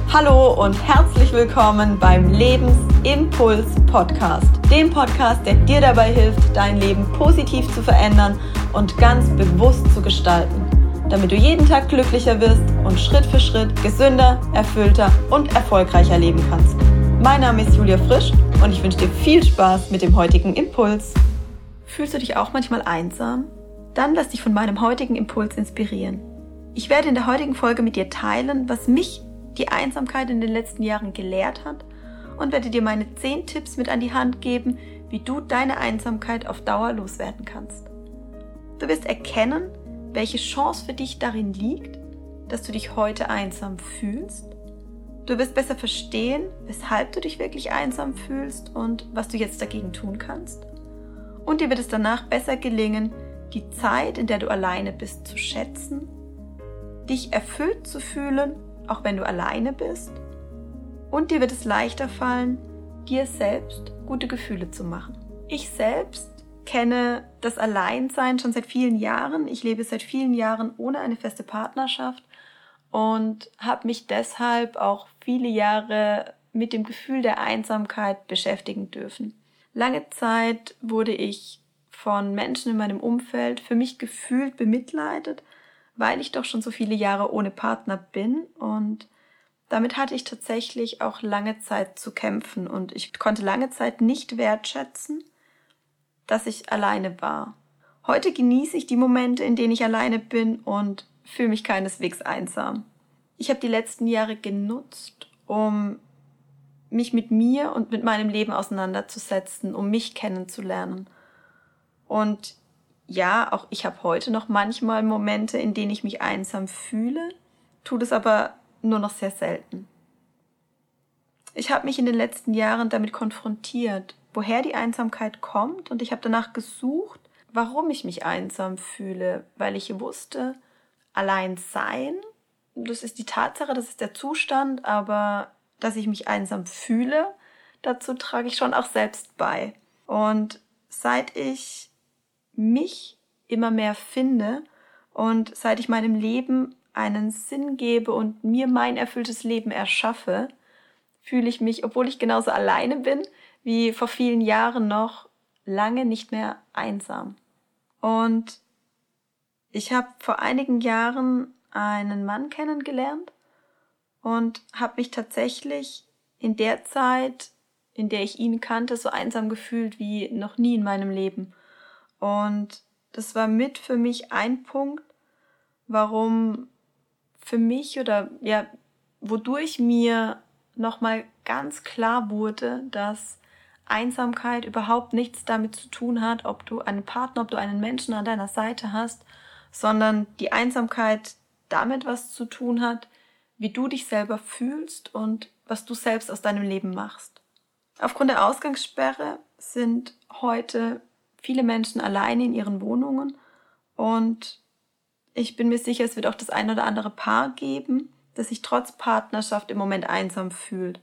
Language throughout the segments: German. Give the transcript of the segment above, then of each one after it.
Hallo und herzlich willkommen beim Lebensimpuls Podcast. Dem Podcast, der dir dabei hilft, dein Leben positiv zu verändern und ganz bewusst zu gestalten, damit du jeden Tag glücklicher wirst und Schritt für Schritt gesünder, erfüllter und erfolgreicher leben kannst. Mein Name ist Julia Frisch und ich wünsche dir viel Spaß mit dem heutigen Impuls. Fühlst du dich auch manchmal einsam? Dann lass dich von meinem heutigen Impuls inspirieren. Ich werde in der heutigen Folge mit dir teilen, was mich die Einsamkeit in den letzten Jahren gelehrt hat und werde dir meine 10 Tipps mit an die Hand geben, wie du deine Einsamkeit auf Dauer loswerden kannst. Du wirst erkennen, welche Chance für dich darin liegt, dass du dich heute einsam fühlst. Du wirst besser verstehen, weshalb du dich wirklich einsam fühlst und was du jetzt dagegen tun kannst. Und dir wird es danach besser gelingen, die Zeit, in der du alleine bist, zu schätzen, dich erfüllt zu fühlen, auch wenn du alleine bist, und dir wird es leichter fallen, dir selbst gute Gefühle zu machen. Ich selbst kenne das Alleinsein schon seit vielen Jahren. Ich lebe seit vielen Jahren ohne eine feste Partnerschaft und habe mich deshalb auch viele Jahre mit dem Gefühl der Einsamkeit beschäftigen dürfen. Lange Zeit wurde ich von Menschen in meinem Umfeld für mich gefühlt bemitleidet, weil ich doch schon so viele Jahre ohne Partner bin, und damit hatte ich tatsächlich auch lange Zeit zu kämpfen und ich konnte lange Zeit nicht wertschätzen, dass ich alleine war. Heute genieße ich die Momente, in denen ich alleine bin und fühle mich keineswegs einsam. Ich habe die letzten Jahre genutzt, um mich mit mir und mit meinem Leben auseinanderzusetzen, um mich kennenzulernen. Und ja, auch ich habe heute noch manchmal Momente, in denen ich mich einsam fühle, tue das aber nur noch sehr selten. Ich habe mich in den letzten Jahren damit konfrontiert, woher die Einsamkeit kommt, und ich habe danach gesucht, warum ich mich einsam fühle, weil ich wusste, allein sein, das ist die Tatsache, das ist der Zustand, aber dass ich mich einsam fühle, dazu trage ich schon auch selbst bei. Und seit ich mich immer mehr finde und seit ich meinem Leben einen Sinn gebe und mir mein erfülltes Leben erschaffe, fühle ich mich, obwohl ich genauso alleine bin wie vor vielen Jahren noch, lange nicht mehr einsam. Und ich habe vor einigen Jahren einen Mann kennengelernt und habe mich tatsächlich in der Zeit, in der ich ihn kannte, so einsam gefühlt wie noch nie in meinem Leben. Und das war mit für mich ein Punkt, warum für mich wodurch mir nochmal ganz klar wurde, dass Einsamkeit überhaupt nichts damit zu tun hat, ob du einen Partner, ob du einen Menschen an deiner Seite hast, sondern die Einsamkeit damit was zu tun hat, wie du dich selber fühlst und was du selbst aus deinem Leben machst. Aufgrund der Ausgangssperre sind heute viele Menschen alleine in ihren Wohnungen, und ich bin mir sicher, es wird auch das ein oder andere Paar geben, das sich trotz Partnerschaft im Moment einsam fühlt.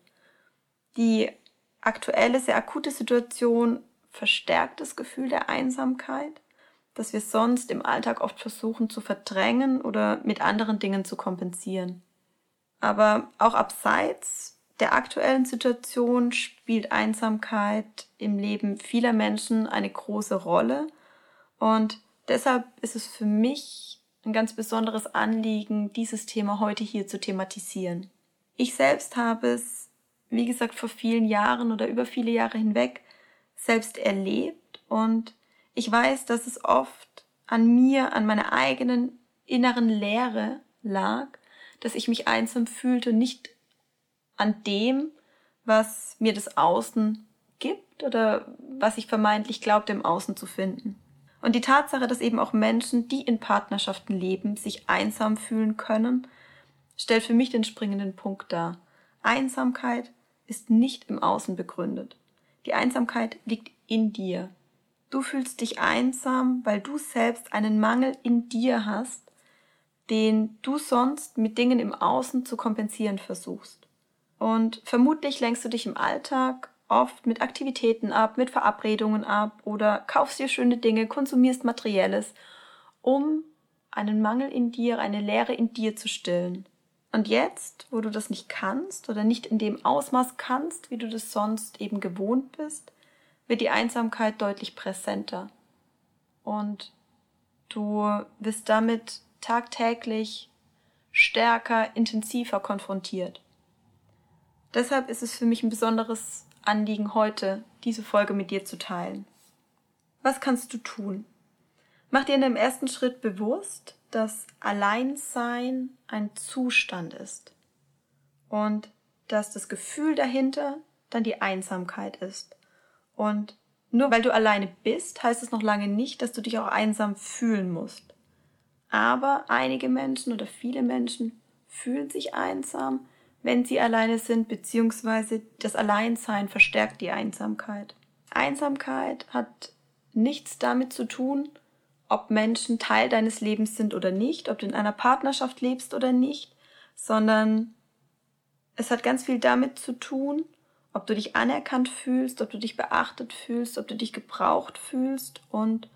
Die aktuelle, sehr akute Situation verstärkt das Gefühl der Einsamkeit, das wir sonst im Alltag oft versuchen zu verdrängen oder mit anderen Dingen zu kompensieren. Aber auch abseits der aktuellen Situation spielt Einsamkeit im Leben vieler Menschen eine große Rolle, und deshalb ist es für mich ein ganz besonderes Anliegen, dieses Thema heute hier zu thematisieren. Ich selbst habe es, wie gesagt, vor vielen Jahren oder über viele Jahre hinweg selbst erlebt, und ich weiß, dass es oft an mir, an meiner eigenen inneren Leere lag, dass ich mich einsam fühlte, nicht an dem, was mir das Außen gibt oder was ich vermeintlich glaubte, im Außen zu finden. Und die Tatsache, dass eben auch Menschen, die in Partnerschaften leben, sich einsam fühlen können, stellt für mich den springenden Punkt dar. Einsamkeit ist nicht im Außen begründet. Die Einsamkeit liegt in dir. Du fühlst dich einsam, weil du selbst einen Mangel in dir hast, den du sonst mit Dingen im Außen zu kompensieren versuchst. Und vermutlich lenkst du dich im Alltag oft mit Aktivitäten ab, mit Verabredungen ab oder kaufst dir schöne Dinge, konsumierst Materielles, um einen Mangel in dir, eine Leere in dir zu stillen. Und jetzt, wo du das nicht kannst oder nicht in dem Ausmaß kannst, wie du das sonst eben gewohnt bist, wird die Einsamkeit deutlich präsenter. Und du wirst damit tagtäglich stärker, intensiver konfrontiert. Deshalb ist es für mich ein besonderes Anliegen, heute diese Folge mit dir zu teilen. Was kannst du tun? Mach dir in dem ersten Schritt bewusst, dass Alleinsein ein Zustand ist und dass das Gefühl dahinter dann die Einsamkeit ist. Und nur weil du alleine bist, heißt es noch lange nicht, dass du dich auch einsam fühlen musst. Aber einige Menschen oder viele Menschen fühlen sich einsam, wenn sie alleine sind, beziehungsweise das Alleinsein verstärkt die Einsamkeit. Einsamkeit hat nichts damit zu tun, ob Menschen Teil deines Lebens sind oder nicht, ob du in einer Partnerschaft lebst oder nicht, sondern es hat ganz viel damit zu tun, ob du dich anerkannt fühlst, ob du dich beachtet fühlst, ob du dich gebraucht fühlst und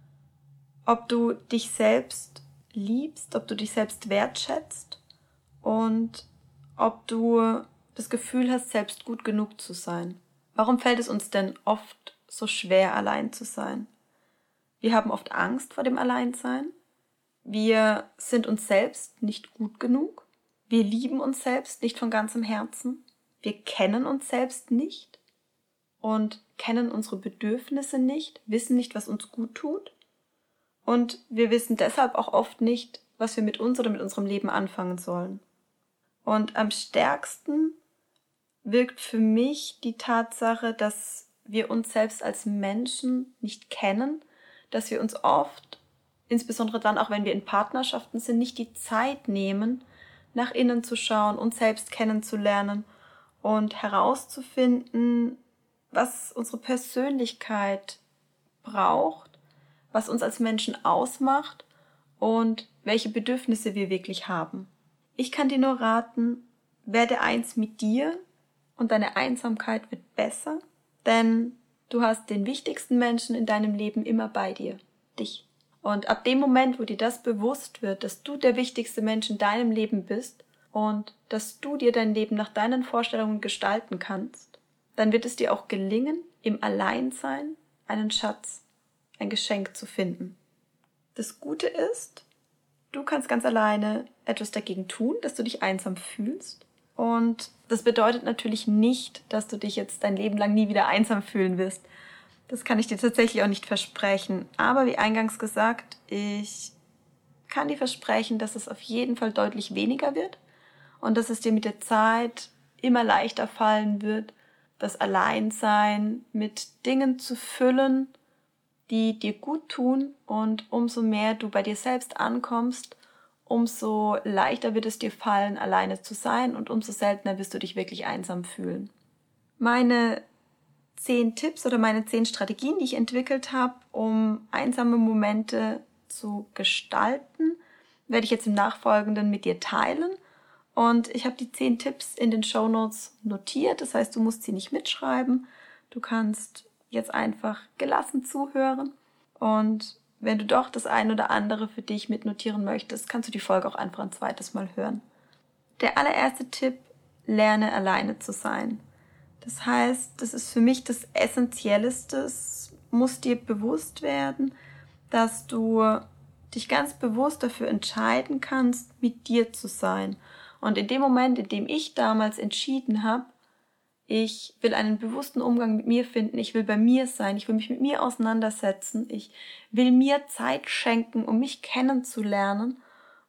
ob du dich selbst liebst, ob du dich selbst wertschätzt und ob du das Gefühl hast, selbst gut genug zu sein. Warum fällt es uns denn oft so schwer, allein zu sein? Wir haben oft Angst vor dem Alleinsein. Wir sind uns selbst nicht gut genug. Wir lieben uns selbst nicht von ganzem Herzen. Wir kennen uns selbst nicht und kennen unsere Bedürfnisse nicht, wissen nicht, was uns gut tut. Und wir wissen deshalb auch oft nicht, was wir mit uns oder mit unserem Leben anfangen sollen. Und am stärksten wirkt für mich die Tatsache, dass wir uns selbst als Menschen nicht kennen, dass wir uns oft, insbesondere dann auch wenn wir in Partnerschaften sind, nicht die Zeit nehmen, nach innen zu schauen, uns selbst kennenzulernen und herauszufinden, was unsere Persönlichkeit braucht, was uns als Menschen ausmacht und welche Bedürfnisse wir wirklich haben. Ich kann dir nur raten, werde eins mit dir und deine Einsamkeit wird besser, denn du hast den wichtigsten Menschen in deinem Leben immer bei dir, dich. Und ab dem Moment, wo dir das bewusst wird, dass du der wichtigste Mensch in deinem Leben bist und dass du dir dein Leben nach deinen Vorstellungen gestalten kannst, dann wird es dir auch gelingen, im Alleinsein einen Schatz, ein Geschenk zu finden. Das Gute ist, du kannst ganz alleine etwas dagegen tun, dass du dich einsam fühlst. Und das bedeutet natürlich nicht, dass du dich jetzt dein Leben lang nie wieder einsam fühlen wirst. Das kann ich dir tatsächlich auch nicht versprechen. Aber wie eingangs gesagt, ich kann dir versprechen, dass es auf jeden Fall deutlich weniger wird und dass es dir mit der Zeit immer leichter fallen wird, das Alleinsein mit Dingen zu füllen, die dir gut tun, und umso mehr du bei dir selbst ankommst, umso leichter wird es dir fallen, alleine zu sein und umso seltener wirst du dich wirklich einsam fühlen. Meine 10 Tipps oder meine 10 Strategien, die ich entwickelt habe, um einsame Momente zu gestalten, werde ich jetzt im Nachfolgenden mit dir teilen. Und ich habe die 10 Tipps in den Shownotes notiert, das heißt, du musst sie nicht mitschreiben. Du kannst jetzt einfach gelassen zuhören und wenn du doch das ein oder andere für dich mitnotieren möchtest, kannst du die Folge auch einfach ein zweites Mal hören. Der allererste Tipp, lerne alleine zu sein. Das heißt, das ist für mich das Essentiellste. Es muss dir bewusst werden, dass du dich ganz bewusst dafür entscheiden kannst, mit dir zu sein. Und in dem Moment, in dem ich damals entschieden habe, ich will einen bewussten Umgang mit mir finden, ich will bei mir sein, ich will mich mit mir auseinandersetzen, ich will mir Zeit schenken, um mich kennenzulernen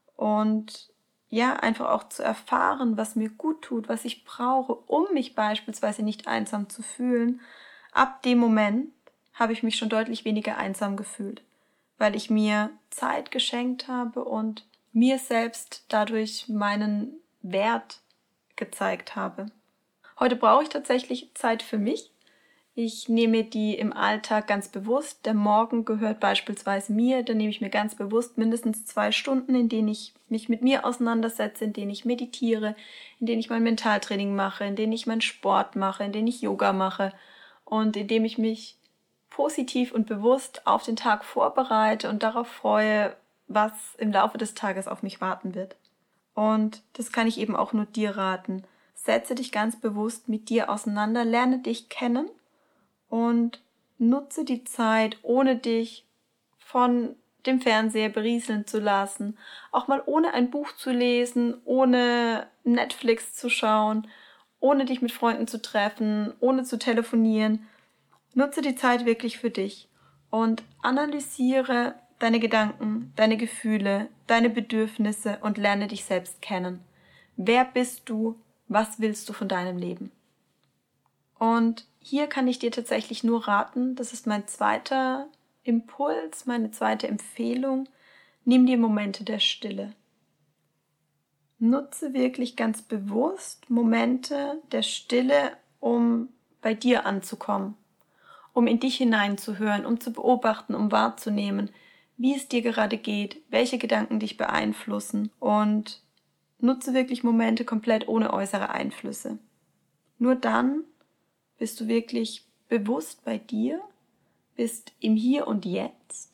und ja, einfach auch zu erfahren, was mir gut tut, was ich brauche, um mich beispielsweise nicht einsam zu fühlen. Ab dem Moment habe ich mich schon deutlich weniger einsam gefühlt, weil ich mir Zeit geschenkt habe und mir selbst dadurch meinen Wert gezeigt habe. Heute brauche ich tatsächlich Zeit für mich. Ich nehme die im Alltag ganz bewusst. Der Morgen gehört beispielsweise mir. Da nehme ich mir ganz bewusst mindestens 2 Stunden, in denen ich mich mit mir auseinandersetze, in denen ich meditiere, in denen ich mein Mentaltraining mache, in denen ich meinen Sport mache, in denen ich Yoga mache und in dem ich mich positiv und bewusst auf den Tag vorbereite und darauf freue, was im Laufe des Tages auf mich warten wird. Und das kann ich eben auch nur dir raten. Setze dich ganz bewusst mit dir auseinander, lerne dich kennen und nutze die Zeit, ohne dich von dem Fernseher berieseln zu lassen, auch mal ohne ein Buch zu lesen, ohne Netflix zu schauen, ohne dich mit Freunden zu treffen, ohne zu telefonieren. Nutze die Zeit wirklich für dich und analysiere deine Gedanken, deine Gefühle, deine Bedürfnisse und lerne dich selbst kennen. Wer bist du? Was willst du von deinem Leben? Und hier kann ich dir tatsächlich nur raten, das ist mein zweiter Impuls, meine zweite Empfehlung, nimm dir Momente der Stille. Nutze wirklich ganz bewusst Momente der Stille, um bei dir anzukommen, um in dich hineinzuhören, um zu beobachten, um wahrzunehmen, wie es dir gerade geht, welche Gedanken dich beeinflussen und nutze wirklich Momente komplett ohne äußere Einflüsse. Nur dann bist du wirklich bewusst bei dir, bist im Hier und Jetzt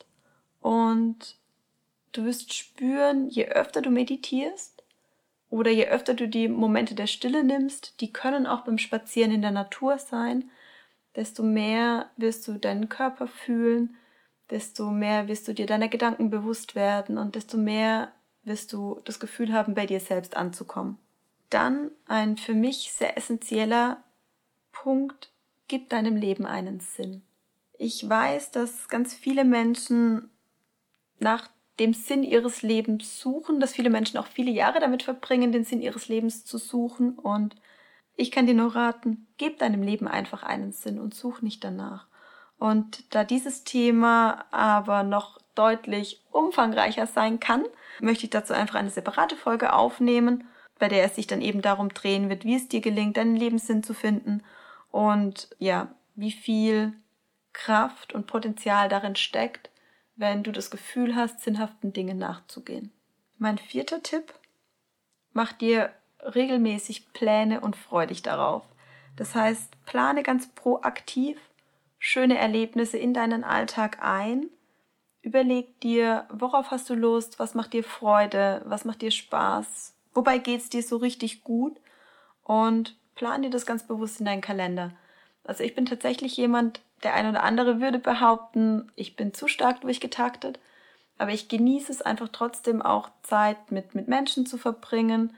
und du wirst spüren, je öfter du meditierst oder je öfter du die Momente der Stille nimmst, die können auch beim Spazieren in der Natur sein, desto mehr wirst du deinen Körper fühlen, desto mehr wirst du dir deiner Gedanken bewusst werden und desto mehr wirst du das Gefühl haben, bei dir selbst anzukommen. Dann ein für mich sehr essentieller Punkt, gib deinem Leben einen Sinn. Ich weiß, dass ganz viele Menschen nach dem Sinn ihres Lebens suchen, dass viele Menschen auch viele Jahre damit verbringen, den Sinn ihres Lebens zu suchen. Und ich kann dir nur raten, gib deinem Leben einfach einen Sinn und such nicht danach. Und da dieses Thema aber noch deutlich umfangreicher sein kann, möchte ich dazu einfach eine separate Folge aufnehmen, bei der es sich dann eben darum drehen wird, wie es dir gelingt, deinen Lebenssinn zu finden und ja, wie viel Kraft und Potenzial darin steckt, wenn du das Gefühl hast, sinnhaften Dingen nachzugehen. Mein 4. Tipp, mach dir regelmäßig Pläne und freu dich darauf. Das heißt, plane ganz proaktiv schöne Erlebnisse in deinen Alltag ein. Überleg dir, worauf hast du Lust, was macht dir Freude, was macht dir Spaß, wobei geht's dir so richtig gut und plan dir das ganz bewusst in deinen Kalender. Also ich bin tatsächlich jemand, der ein oder andere würde behaupten, ich bin zu stark durchgetaktet, aber ich genieße es einfach trotzdem auch Zeit mit Menschen zu verbringen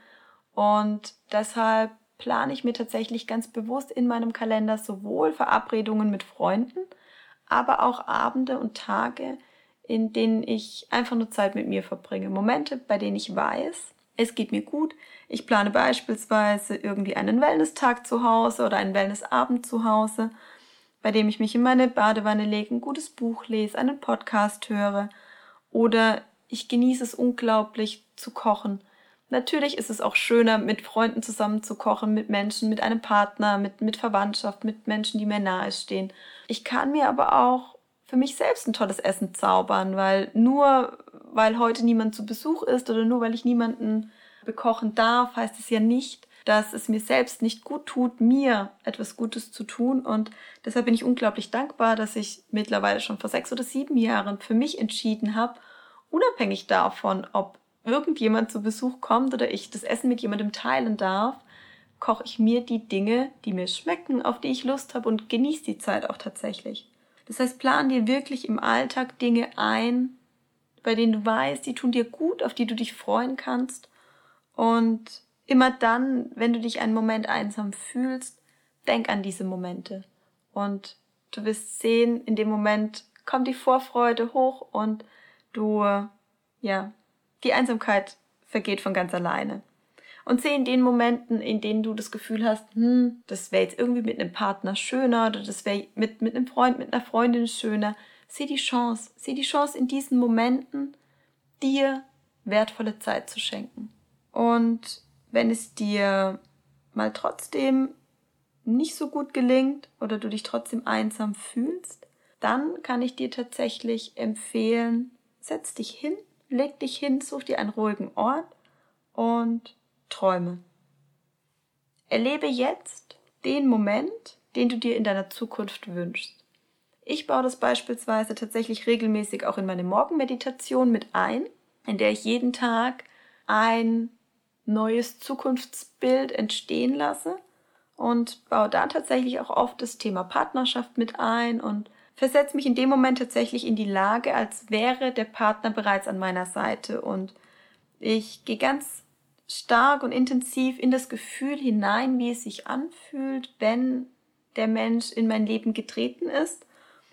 und deshalb plane ich mir tatsächlich ganz bewusst in meinem Kalender sowohl Verabredungen mit Freunden, aber auch Abende und Tage, in denen ich einfach nur Zeit mit mir verbringe. Momente, bei denen ich weiß, es geht mir gut. Ich plane beispielsweise irgendwie einen Wellness-Tag zu Hause oder einen Wellness-Abend zu Hause, bei dem ich mich in meine Badewanne lege, ein gutes Buch lese, einen Podcast höre oder ich genieße es unglaublich zu kochen. Natürlich ist es auch schöner, mit Freunden zusammen zu kochen, mit Menschen, mit einem Partner, mit Verwandtschaft, mit Menschen, die mir nahe stehen. Ich kann mir aber auch für mich selbst ein tolles Essen zaubern, weil heute niemand zu Besuch ist oder nur weil ich niemanden bekochen darf, heißt es ja nicht, dass es mir selbst nicht gut tut, mir etwas Gutes zu tun. Und deshalb bin ich unglaublich dankbar, dass ich mittlerweile schon vor 6 oder 7 Jahren für mich entschieden habe, unabhängig davon, ob irgendjemand zu Besuch kommt oder ich das Essen mit jemandem teilen darf, koche ich mir die Dinge, die mir schmecken, auf die ich Lust habe und genieße die Zeit auch tatsächlich. Das heißt, plan dir wirklich im Alltag Dinge ein, bei denen du weißt, die tun dir gut, auf die du dich freuen kannst. Und immer dann, wenn du dich einen Moment einsam fühlst, denk an diese Momente. Und du wirst sehen, in dem Moment kommt die Vorfreude hoch und die Einsamkeit vergeht von ganz alleine. Und seh in den Momenten, in denen du das Gefühl hast, das wäre jetzt irgendwie mit einem Partner schöner oder das wäre mit einem Freund, mit einer Freundin schöner. Seh die Chance in diesen Momenten, dir wertvolle Zeit zu schenken. Und wenn es dir mal trotzdem nicht so gut gelingt oder du dich trotzdem einsam fühlst, dann kann ich dir tatsächlich empfehlen, setz dich hin, leg dich hin, such dir einen ruhigen Ort und träume. Erlebe jetzt den Moment, den du dir in deiner Zukunft wünschst. Ich baue das beispielsweise tatsächlich regelmäßig auch in meine Morgenmeditation mit ein, in der ich jeden Tag ein neues Zukunftsbild entstehen lasse und baue da tatsächlich auch oft das Thema Partnerschaft mit ein und versetze mich in dem Moment tatsächlich in die Lage, als wäre der Partner bereits an meiner Seite. Und ich gehe ganz stark und intensiv in das Gefühl hinein, wie es sich anfühlt, wenn der Mensch in mein Leben getreten ist,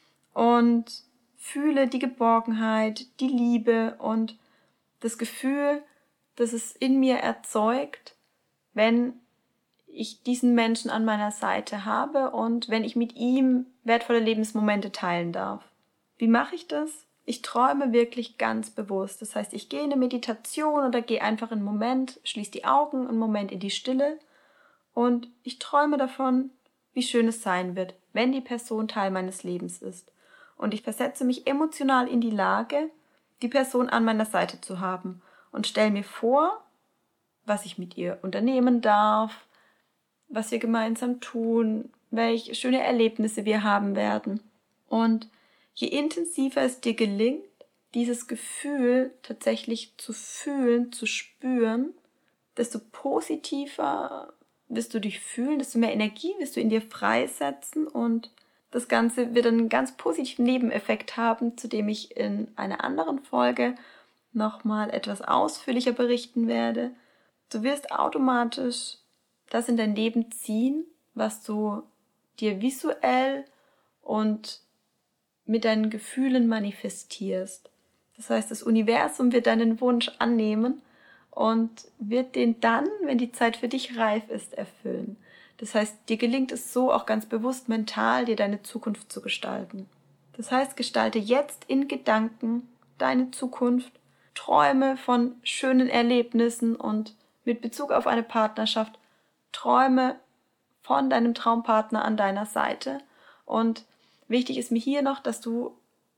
und fühle die Geborgenheit, die Liebe und das Gefühl, das es in mir erzeugt, wenn ich diesen Menschen an meiner Seite habe und wenn ich mit ihm wertvolle Lebensmomente teilen darf. Wie mache ich das? Ich träume wirklich ganz bewusst. Das heißt, ich gehe in eine Meditation oder gehe einfach einen Moment, schließe die Augen, einen Moment in die Stille und ich träume davon, wie schön es sein wird, wenn die Person Teil meines Lebens ist. Und ich versetze mich emotional in die Lage, die Person an meiner Seite zu haben und stelle mir vor, was ich mit ihr unternehmen darf, was wir gemeinsam tun, welche schöne Erlebnisse wir haben werden. Und je intensiver es dir gelingt, dieses Gefühl tatsächlich zu fühlen, zu spüren, desto positiver wirst du dich fühlen, desto mehr Energie wirst du in dir freisetzen und das Ganze wird einen ganz positiven Nebeneffekt haben, zu dem ich in einer anderen Folge nochmal etwas ausführlicher berichten werde. Du wirst automatisch das in dein Leben ziehen, was du dir visuell und mit deinen Gefühlen manifestierst. Das heißt, das Universum wird deinen Wunsch annehmen und wird den dann, wenn die Zeit für dich reif ist, erfüllen. Das heißt, dir gelingt es so auch ganz bewusst mental, dir deine Zukunft zu gestalten. Das heißt, gestalte jetzt in Gedanken deine Zukunft, träume von schönen Erlebnissen und mit Bezug auf eine Partnerschaft, träume von deinem Traumpartner an deiner Seite. Und wichtig ist mir hier noch, dass du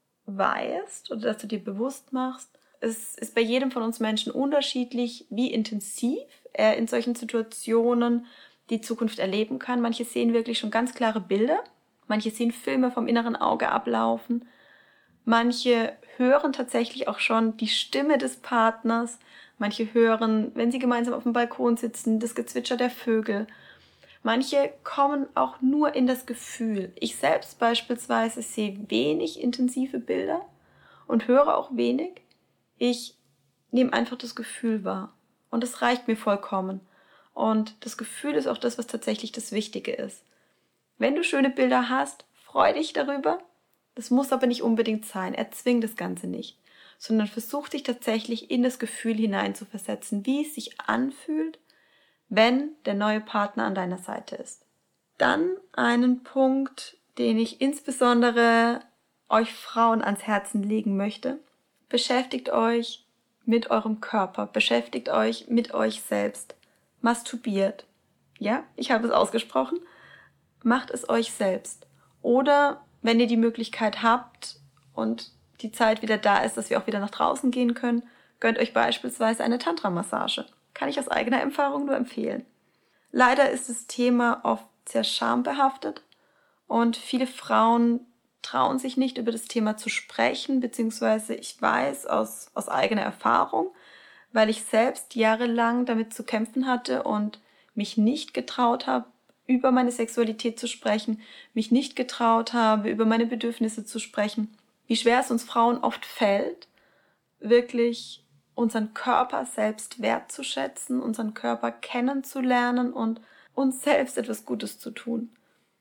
weißt oder dass du dir bewusst machst, es ist bei jedem von uns Menschen unterschiedlich, wie intensiv er in solchen Situationen die Zukunft erleben kann. Manche sehen wirklich schon ganz klare Bilder, manche sehen Filme vom inneren Auge ablaufen, manche hören tatsächlich auch schon die Stimme des Partners, manche hören, wenn sie gemeinsam auf dem Balkon sitzen, das Gezwitscher der Vögel. Manche kommen auch nur in das Gefühl. Ich selbst beispielsweise sehe wenig intensive Bilder und höre auch wenig. Ich nehme einfach das Gefühl wahr und es reicht mir vollkommen. Und das Gefühl ist auch das, was tatsächlich das Wichtige ist. Wenn du schöne Bilder hast, freu dich darüber. Das muss aber nicht unbedingt sein. Erzwing das Ganze nicht. Sondern versuch dich tatsächlich in das Gefühl hineinzuversetzen, wie es sich anfühlt, wenn der neue Partner an deiner Seite ist. Dann einen Punkt, den ich insbesondere euch Frauen ans Herzen legen möchte. Beschäftigt euch mit eurem Körper. Beschäftigt euch mit euch selbst. Masturbiert. Ja, ich habe es ausgesprochen. Macht es euch selbst. Oder wenn ihr die Möglichkeit habt und die Zeit wieder da ist, dass wir auch wieder nach draußen gehen können, gönnt euch beispielsweise eine Tantra-Massage. Kann ich aus eigener Erfahrung nur empfehlen. Leider ist das Thema oft sehr schambehaftet und viele Frauen trauen sich nicht, über das Thema zu sprechen, beziehungsweise ich weiß aus eigener Erfahrung, weil ich selbst jahrelang damit zu kämpfen hatte und mich nicht getraut habe, über meine Sexualität zu sprechen, mich nicht getraut habe, über meine Bedürfnisse zu sprechen, wie schwer es uns Frauen oft fällt, wirklich unseren Körper selbst wertzuschätzen, unseren Körper kennenzulernen und uns selbst etwas Gutes zu tun.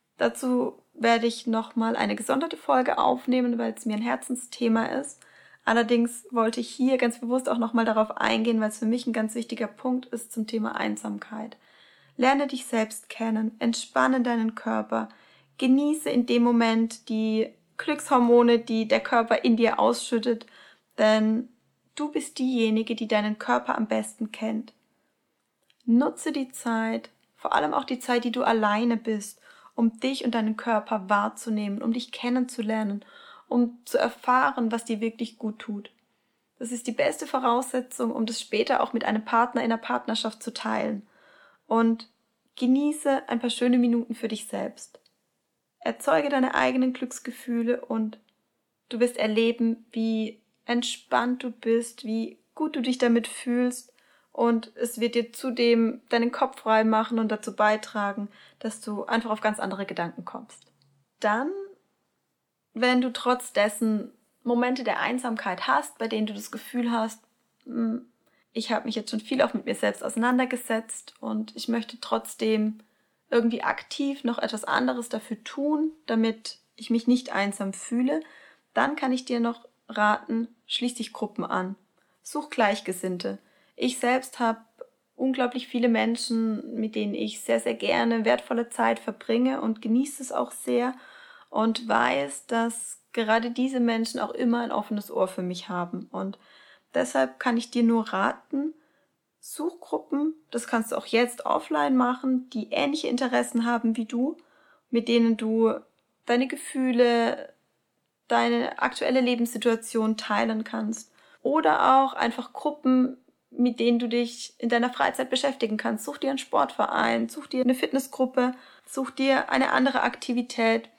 Dazu werde ich nochmal eine gesonderte Folge aufnehmen, weil es mir ein Herzensthema ist. Allerdings wollte ich hier ganz bewusst auch nochmal darauf eingehen, weil es für mich ein ganz wichtiger Punkt ist zum Thema Einsamkeit. Lerne dich selbst kennen, entspanne deinen Körper, genieße in dem Moment die Glückshormone, die der Körper in dir ausschüttet, denn du bist diejenige, die deinen Körper am besten kennt. Nutze die Zeit, vor allem auch die Zeit, die du alleine bist, um dich und deinen Körper wahrzunehmen, um dich kennenzulernen, um zu erfahren, was dir wirklich gut tut. Das ist die beste Voraussetzung, um das später auch mit einem Partner in der Partnerschaft zu teilen. Und genieße ein paar schöne Minuten für dich selbst. Erzeuge deine eigenen Glücksgefühle und du wirst erleben, wie entspannt du bist, wie gut du dich damit fühlst und es wird dir zudem deinen Kopf frei machen und dazu beitragen, dass du einfach auf ganz andere Gedanken kommst. Dann, wenn du trotz dessen Momente der Einsamkeit hast, bei denen du das Gefühl hast, ich habe mich jetzt schon viel auch mit mir selbst auseinandergesetzt und ich möchte trotzdem irgendwie aktiv noch etwas anderes dafür tun, damit ich mich nicht einsam fühle, dann kann ich dir noch raten, schließ dich Gruppen an. Such Gleichgesinnte. Ich selbst habe unglaublich viele Menschen, mit denen ich sehr, sehr gerne wertvolle Zeit verbringe und genieße es auch sehr und weiß, dass gerade diese Menschen auch immer ein offenes Ohr für mich haben. Und deshalb kann ich dir nur raten, such Gruppen, das kannst du auch jetzt offline machen, die ähnliche Interessen haben wie du, mit denen du deine Gefühle, deine aktuelle Lebenssituation teilen kannst. Oder auch einfach Gruppen, mit denen du dich in deiner Freizeit beschäftigen kannst. Such dir einen Sportverein, such dir eine Fitnessgruppe, such dir eine andere Aktivität,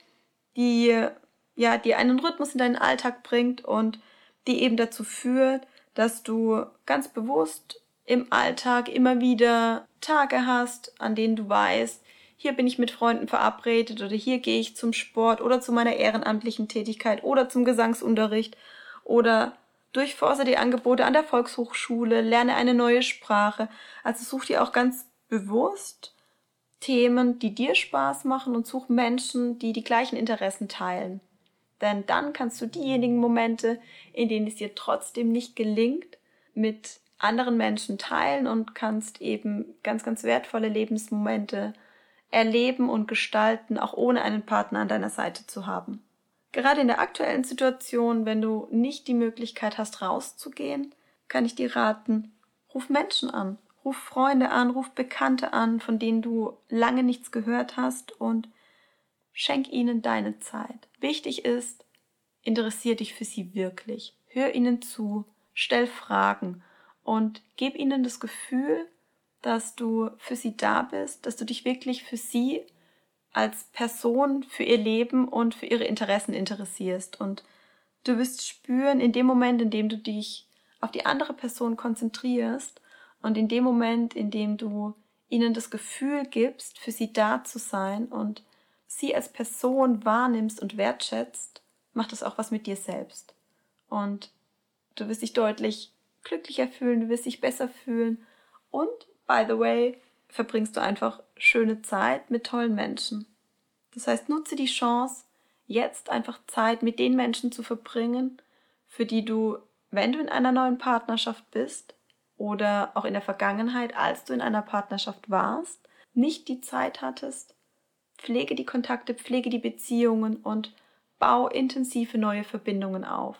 die dir einen Rhythmus in deinen Alltag bringt und die eben dazu führt, dass du ganz bewusst im Alltag immer wieder Tage hast, an denen du weißt, hier bin ich mit Freunden verabredet oder hier gehe ich zum Sport oder zu meiner ehrenamtlichen Tätigkeit oder zum Gesangsunterricht oder durchforste die Angebote an der Volkshochschule, lerne eine neue Sprache. Also such dir auch ganz bewusst Themen, die dir Spaß machen und such Menschen, die die gleichen Interessen teilen. Denn dann kannst du diejenigen Momente, in denen es dir trotzdem nicht gelingt, mit anderen Menschen teilen und kannst eben ganz, ganz wertvolle Lebensmomente erleben und gestalten, auch ohne einen Partner an deiner Seite zu haben. Gerade in der aktuellen Situation, wenn du nicht die Möglichkeit hast, rauszugehen, kann ich dir raten, ruf Menschen an, ruf Freunde an, ruf Bekannte an, von denen du lange nichts gehört hast und schenk ihnen deine Zeit. Wichtig ist, interessier dich für sie wirklich. Hör ihnen zu, stell Fragen und gib ihnen das Gefühl, dass du für sie da bist, dass du dich wirklich für sie als Person, für ihr Leben und für ihre Interessen interessierst. Und du wirst spüren, in dem Moment, in dem du dich auf die andere Person konzentrierst und in dem Moment, in dem du ihnen das Gefühl gibst, für sie da zu sein und sie als Person wahrnimmst und wertschätzt, macht das auch was mit dir selbst. Und du wirst dich deutlich glücklicher fühlen, du wirst dich besser fühlen und, by the way, verbringst du einfach schöne Zeit mit tollen Menschen. Das heißt, nutze die Chance, jetzt einfach Zeit mit den Menschen zu verbringen, für die du, wenn du in einer neuen Partnerschaft bist oder auch in der Vergangenheit, als du in einer Partnerschaft warst, nicht die Zeit hattest. Pflege die Kontakte, pflege die Beziehungen und bau intensive neue Verbindungen auf.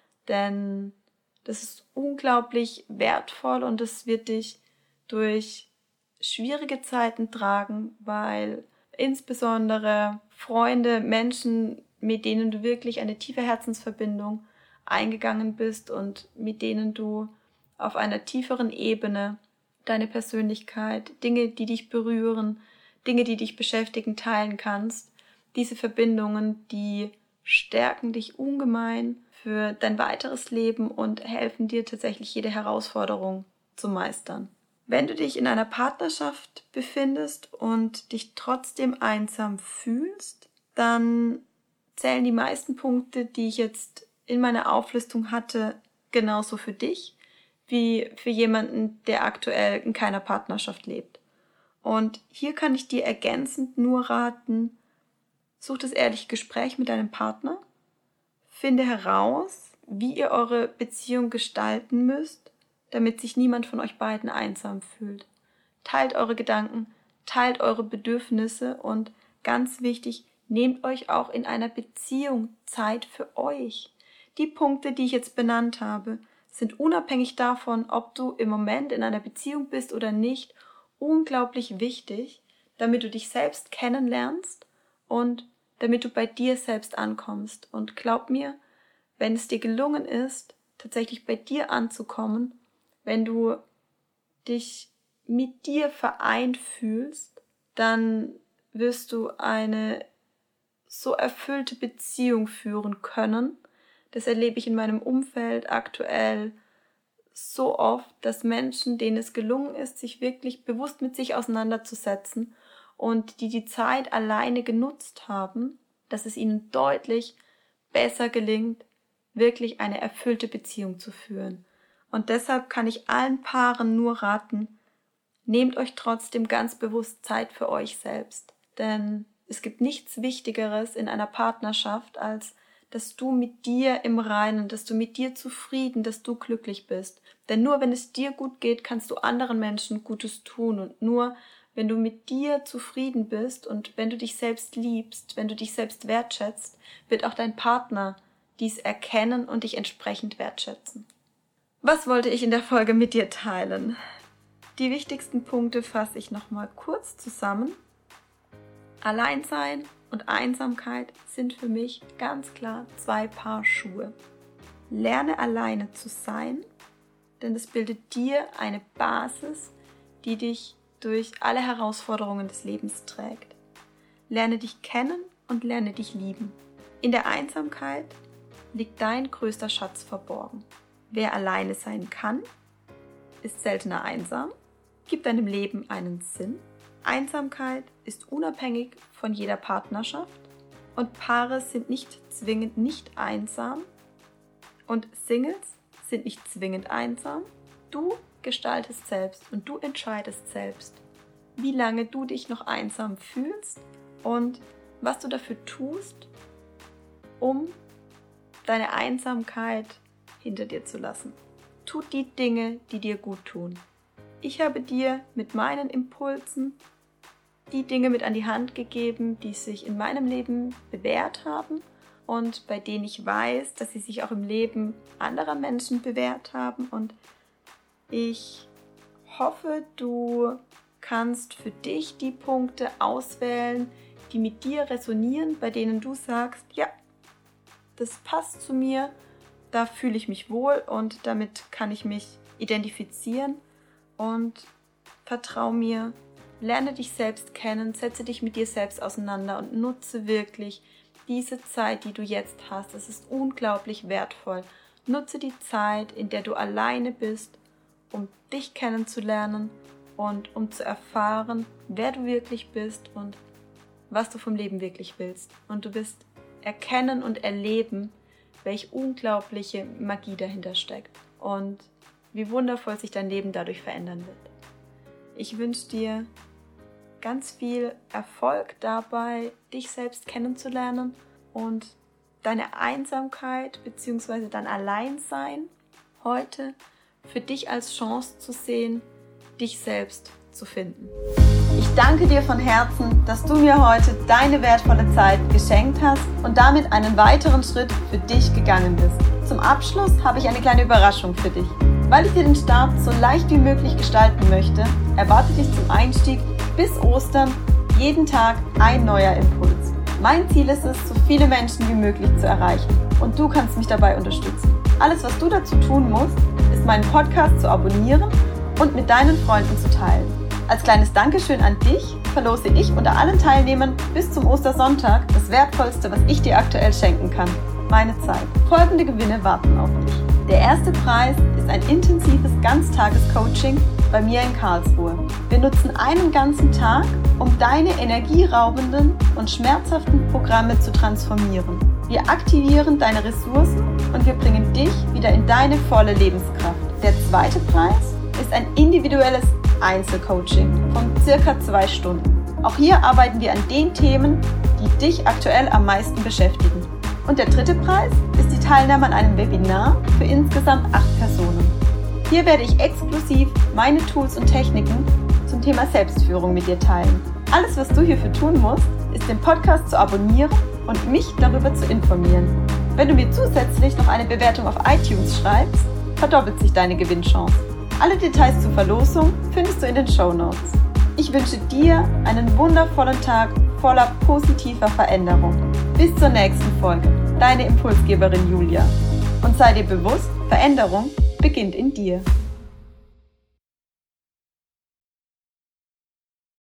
Denn das ist unglaublich wertvoll und es wird dich durch schwierige Zeiten tragen, weil insbesondere Freunde, Menschen, mit denen du wirklich eine tiefe Herzensverbindung eingegangen bist und mit denen du auf einer tieferen Ebene deine Persönlichkeit, Dinge, die dich berühren, Dinge, die dich beschäftigen, teilen kannst. Diese Verbindungen, die stärken dich ungemein für dein weiteres Leben und helfen dir tatsächlich jede Herausforderung zu meistern. Wenn du dich in einer Partnerschaft befindest und dich trotzdem einsam fühlst, dann zählen die meisten Punkte, die ich jetzt in meiner Auflistung hatte, genauso für dich wie für jemanden, der aktuell in keiner Partnerschaft lebt. Und hier kann ich dir ergänzend nur raten, such das ehrliche Gespräch mit deinem Partner, finde heraus, wie ihr eure Beziehung gestalten müsst, damit sich niemand von euch beiden einsam fühlt. Teilt eure Gedanken, teilt eure Bedürfnisse und ganz wichtig, nehmt euch auch in einer Beziehung Zeit für euch. Die Punkte, die ich jetzt benannt habe, sind unabhängig davon, ob du im Moment in einer Beziehung bist oder nicht, unglaublich wichtig, damit du dich selbst kennenlernst und damit du bei dir selbst ankommst. Und glaub mir, wenn es dir gelungen ist, tatsächlich bei dir anzukommen, wenn du dich mit dir vereint fühlst, dann wirst du eine so erfüllte Beziehung führen können. Das erlebe ich in meinem Umfeld aktuell so oft, dass Menschen, denen es gelungen ist, sich wirklich bewusst mit sich auseinanderzusetzen und die Zeit alleine genutzt haben, dass es ihnen deutlich besser gelingt, wirklich eine erfüllte Beziehung zu führen. Und deshalb kann ich allen Paaren nur raten, nehmt euch trotzdem ganz bewusst Zeit für euch selbst. Denn es gibt nichts Wichtigeres in einer Partnerschaft, als dass du mit dir im Reinen, dass du mit dir zufrieden, dass du glücklich bist. Denn nur wenn es dir gut geht, kannst du anderen Menschen Gutes tun. Und nur wenn du mit dir zufrieden bist und wenn du dich selbst liebst, wenn du dich selbst wertschätzt, wird auch dein Partner dies erkennen und dich entsprechend wertschätzen. Was wollte ich in der Folge mit dir teilen? Die wichtigsten Punkte fasse ich nochmal kurz zusammen. Alleinsein und Einsamkeit sind für mich ganz klar 2 Paar Schuhe. Lerne alleine zu sein, denn es bildet dir eine Basis, die dich durch alle Herausforderungen des Lebens trägt. Lerne dich kennen und lerne dich lieben. In der Einsamkeit liegt dein größter Schatz verborgen. Wer alleine sein kann, ist seltener einsam, gibt deinem Leben einen Sinn. Einsamkeit ist unabhängig von jeder Partnerschaft und Paare sind nicht zwingend nicht einsam und Singles sind nicht zwingend einsam. Du gestaltest selbst und du entscheidest selbst, wie lange du dich noch einsam fühlst und was du dafür tust, um deine Einsamkeit hinter dir zu lassen. Tu die Dinge, die dir gut tun. Ich habe dir mit meinen Impulsen die Dinge mit an die Hand gegeben, die sich in meinem Leben bewährt haben und bei denen ich weiß, dass sie sich auch im Leben anderer Menschen bewährt haben. Und ich hoffe, du kannst für dich die Punkte auswählen, die mit dir resonieren, bei denen du sagst, ja, das passt zu mir, da fühle ich mich wohl und damit kann ich mich identifizieren und vertrau mir. Lerne dich selbst kennen, setze dich mit dir selbst auseinander und nutze wirklich diese Zeit, die du jetzt hast. Es ist unglaublich wertvoll. Nutze die Zeit, in der du alleine bist, um dich kennenzulernen und um zu erfahren, wer du wirklich bist und was du vom Leben wirklich willst. Und du wirst erkennen und erleben, welche unglaubliche Magie dahinter steckt und wie wundervoll sich dein Leben dadurch verändern wird. Ich wünsche dir ganz viel Erfolg dabei, dich selbst kennenzulernen und deine Einsamkeit bzw. dein Alleinsein heute für dich als Chance zu sehen, dich selbst zu finden. Ich danke dir von Herzen, dass du mir heute deine wertvolle Zeit geschenkt hast und damit einen weiteren Schritt für dich gegangen bist. Zum Abschluss habe ich eine kleine Überraschung für dich. Weil ich dir den Start so leicht wie möglich gestalten möchte, erwarte dich zum Einstieg bis Ostern jeden Tag ein neuer Impuls. Mein Ziel ist es, so viele Menschen wie möglich zu erreichen und du kannst mich dabei unterstützen. Alles, was du dazu tun musst, ist meinen Podcast zu abonnieren und mit deinen Freunden zu teilen. Als kleines Dankeschön an dich verlose ich unter allen Teilnehmern bis zum Ostersonntag das Wertvollste, was ich dir aktuell schenken kann: meine Zeit. Folgende Gewinne warten auf dich. Der erste Preis ist ein intensives Ganztages-Coaching bei mir in Karlsruhe. Wir nutzen einen ganzen Tag, um deine energieraubenden und schmerzhaften Programme zu transformieren. Wir aktivieren deine Ressourcen und wir bringen dich wieder in deine volle Lebenskraft. Der zweite Preis ist ein individuelles Einzelcoaching von circa 2 Stunden. Auch hier arbeiten wir an den Themen, die dich aktuell am meisten beschäftigen. Und der dritte Preis ist die Teilnahme an einem Webinar für insgesamt 8 Personen. Hier werde ich exklusiv meine Tools und Techniken zum Thema Selbstführung mit dir teilen. Alles, was du hierfür tun musst, ist den Podcast zu abonnieren und mich darüber zu informieren. Wenn du mir zusätzlich noch eine Bewertung auf iTunes schreibst, verdoppelt sich deine Gewinnchance. Alle Details zur Verlosung findest du in den Shownotes. Ich wünsche dir einen wundervollen Tag voller positiver Veränderung. Bis zur nächsten Folge. Deine Impulsgeberin Julia. Und sei dir bewusst, Veränderung beginnt in dir.